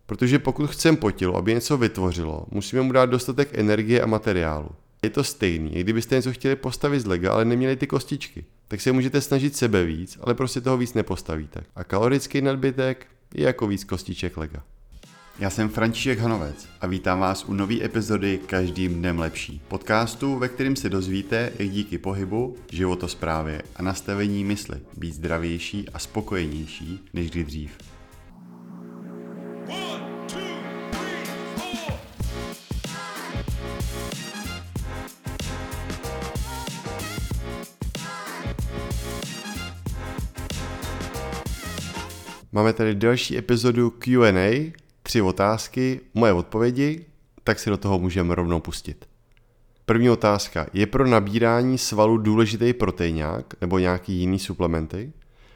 Protože pokud chceme po tělu, aby něco vytvořilo, musíme mu dát dostatek energie a materiálu. Je to stejný, i kdybyste něco chtěli postavit z lega, ale neměli ty kostičky. Tak se můžete snažit sebe víc, ale prostě toho víc nepostavíte. A kalorický nadbytek je jako víc kostiček lega. Já jsem František Hanovec a vítám vás u nové epizody Každým dnem lepší. Podcastu, ve kterém se dozvíte, jak díky pohybu, životosprávě a nastavení mysli být zdravější a spokojenější než kdy dřív. Máme tady další epizodu Q&A, 3 otázky, moje odpovědi, tak si do toho můžeme rovnou pustit. První otázka, je pro nabírání svalů důležitý proteinák nebo nějaký jiný suplementy?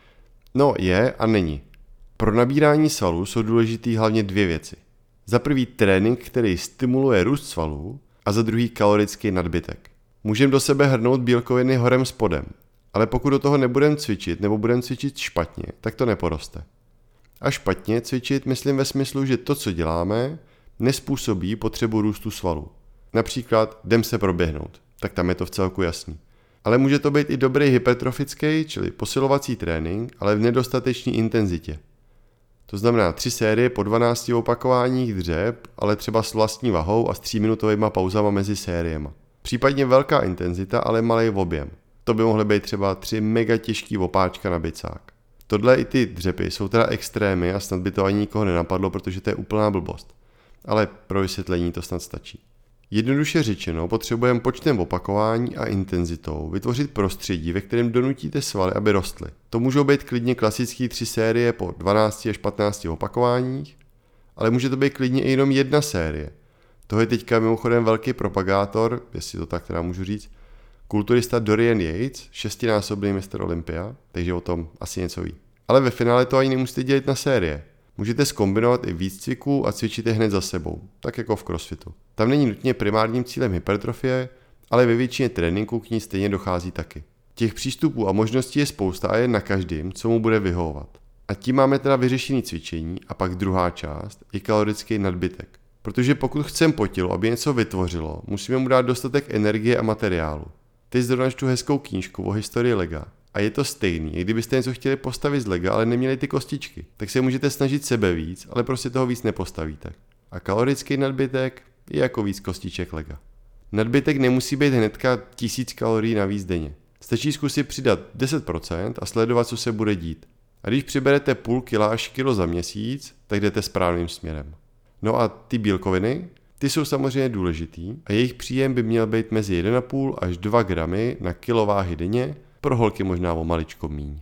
No je a není. Pro nabírání svalů jsou důležitý hlavně 2 věci. Za prvý trénink, který stimuluje růst svalů, a za druhý kalorický nadbytek. Můžeme do sebe hrnout bílkoviny horem spodem, ale pokud do toho nebudeme cvičit nebo budeme cvičit špatně, tak to neporoste. A špatně cvičit myslím ve smyslu, že to, co děláme, nespůsobí potřebu růstu svalů. Například jdem se proběhnout, tak tam je to vcelku jasný. Ale může to být i dobrý hypertrofický, čili posilovací trénink, ale v nedostatečné intenzitě. To znamená 3 série po 12 opakováních dřep, ale třeba s vlastní vahou a s 3minutovými pauzama mezi sériema. Případně velká intenzita, ale malý objem. To by mohly být třeba 3 mega těžký opáčka na bicák. Tohle i ty dřepy jsou teda extrémy a snad by to ani nikoho nenapadlo, protože to je úplná blbost. Ale pro vysvětlení to snad stačí. Jednoduše řečeno, potřebujeme počtem opakování a intenzitou vytvořit prostředí, ve kterém donutíte svaly, aby rostly. To můžou být klidně klasické 3 série po 12 až 15 opakováních, ale může to být klidně i jenom 1 série. Toho je teďka mimochodem velký propagátor, jestli to tak teda můžu říct, kulturista Dorian Yates, 6násobný mistr Olympia, takže o tom asi něco ví. Ale ve finále to ani nemusíte dělat na série. Můžete zkombinovat i víc cviků a cvičit je hned za sebou, tak jako v crossfitu. Tam není nutně primárním cílem hypertrofie, ale ve většině tréninku k ní stejně dochází taky. Těch přístupů a možností je spousta a je na každém, co mu bude vyhovovat. A tím máme teda vyřešený cvičení a pak druhá část je kalorický nadbytek. Protože pokud chceme po tělu, aby něco vytvořilo, musíme mu dát dostatek energie a materiálu. Teď zrovna čtu hezkou knížku o historii lega. A je to stejný, i kdybyste něco chtěli postavit z lega, ale neměli ty kostičky. Tak se můžete snažit sebe víc, ale prostě toho víc nepostavíte. A kalorický nadbytek je jako víc kostiček lega. Nadbytek nemusí být hnedka 1000 kalorií navíc denně. Stačí zkusit přidat 10% a sledovat, co se bude dít. A když přiberete půl kila až kilo za měsíc, tak jdete správným směrem. No a ty bílkoviny? Ty jsou samozřejmě důležitý a jejich příjem by měl být mezi 1,5 až 2 gramy na kilo váhy denně, pro holky možná o maličko míň.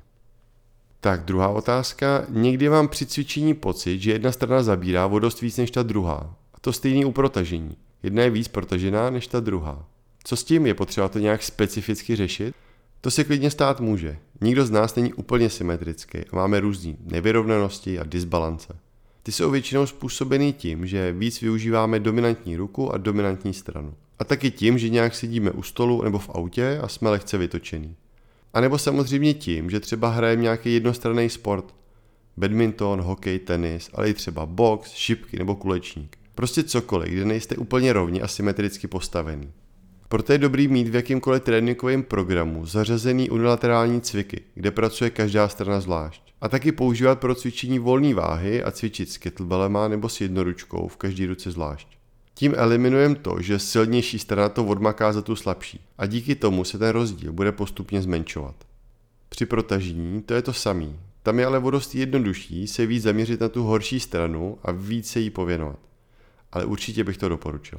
Tak druhá otázka. Někdy mám při cvičení pocit, že jedna strana zabírá o dost víc než ta druhá. A to stejný u protažení. Jedna je víc protažená než ta druhá. Co s tím, je potřeba to nějak specificky řešit? To se klidně stát může. Nikdo z nás není úplně symetrický a máme různé nevyrovnanosti a disbalance. Ty jsou většinou způsobený tím, že víc využíváme dominantní ruku a dominantní stranu. A taky tím, že nějak sedíme u stolu nebo v autě a jsme lehce vytočený. A nebo samozřejmě tím, že třeba hrajeme nějaký jednostranný sport. Badminton, hokej, tenis, ale i třeba box, šipky nebo kulečník. Prostě cokoliv, kde nejste úplně rovně a symetricky postavený. Proto je dobrý mít v jakýmkoliv tréninkovém programu zařazený unilaterální cviky, kde pracuje každá strana zvlášť. A taky používat pro cvičení volné váhy a cvičit s kettlebellema nebo s jednoručkou v každé ruce zvlášť. Tím eliminujeme to, že silnější strana to odmaká za tu slabší a díky tomu se ten rozdíl bude postupně zmenšovat. Při protažení to je to samý, tam je ale o dost jednodušší se víc zaměřit na tu horší stranu a víc se jí pověnovat. Ale určitě bych to doporučil.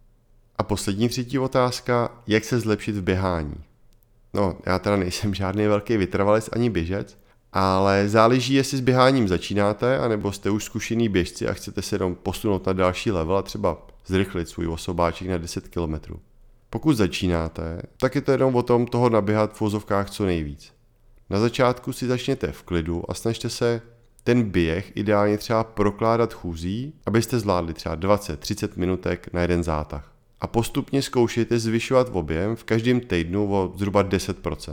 A poslední 3. otázka, jak se zlepšit v běhání. No, já teda nejsem žádný velký vytrvalec ani běžec, ale záleží, jestli s běháním začínáte, anebo jste už zkušený běžci a chcete se jenom posunout na další level a třeba zrychlit svůj osobáček na 10 km. Pokud začínáte, tak je to jenom o tom toho naběhat v vozovkách co nejvíc. Na začátku si začněte v klidu a snažte se ten běh ideálně třeba prokládat chůzí, abyste zvládli třeba 20-30 minutek na jeden zátah. A postupně zkoušejte zvyšovat objem v každém týdnu o zhruba 10%.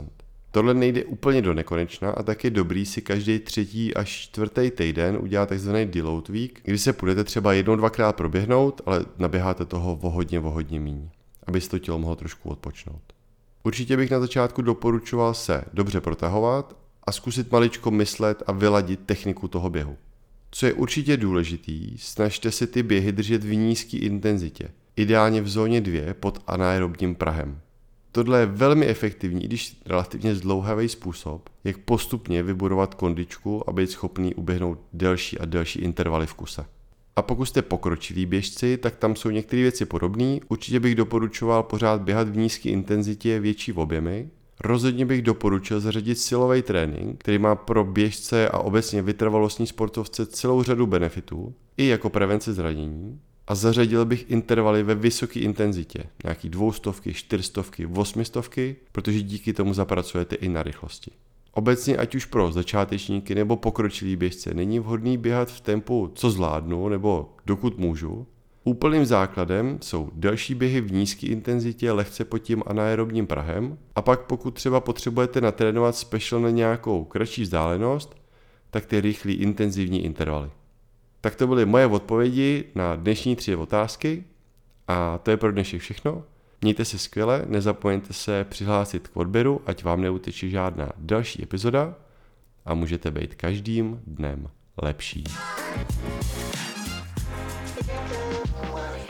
Tohle nejde úplně do nekonečna a tak je dobrý si každý 3. až 4. týden udělat takzvaný deload week, kdy se půjdete třeba 1-2krát proběhnout, ale naběháte toho o hodně míň, aby si to tělo mohlo trošku odpočnout. Určitě bych na začátku doporučoval se dobře protahovat a zkusit maličko myslet a vyladit techniku toho běhu. Co je určitě důležitý, snažte se ty běhy držet v nízké intenzitě, ideálně v zóně 2 pod anaerobním prahem. Tohle je velmi efektivní, i když relativně zdlouhavý způsob, jak postupně vybudovat kondičku a být schopný uběhnout delší a delší intervaly v kuse. A pokud jste pokročilí běžci, tak tam jsou některé věci podobné. Určitě bych doporučoval pořád běhat v nízké intenzitě, větší objemy. Rozhodně bych doporučil zařadit silový trénink, který má pro běžce a obecně vytrvalostní sportovce celou řadu benefitů, i jako prevence zranění. A zařadil bych intervaly ve vysoké intenzitě, nějaký 200, 400, 800, protože díky tomu zapracujete i na rychlosti. Obecně ať už pro začátečníky nebo pokročilí běžce není vhodný běhat v tempu, co zvládnu nebo dokud můžu. Úplným základem jsou delší běhy v nízké intenzitě lehce pod tím anaerobním prahem a pak pokud třeba potřebujete natrénovat special na nějakou kratší vzdálenost, tak ty rychlý intenzivní intervaly. Tak to byly moje odpovědi na dnešní 3 otázky a to je pro dnešek všechno. Mějte se skvěle, nezapomeňte se přihlásit k odběru, ať vám neuteče žádná další epizoda a můžete být každým dnem lepší.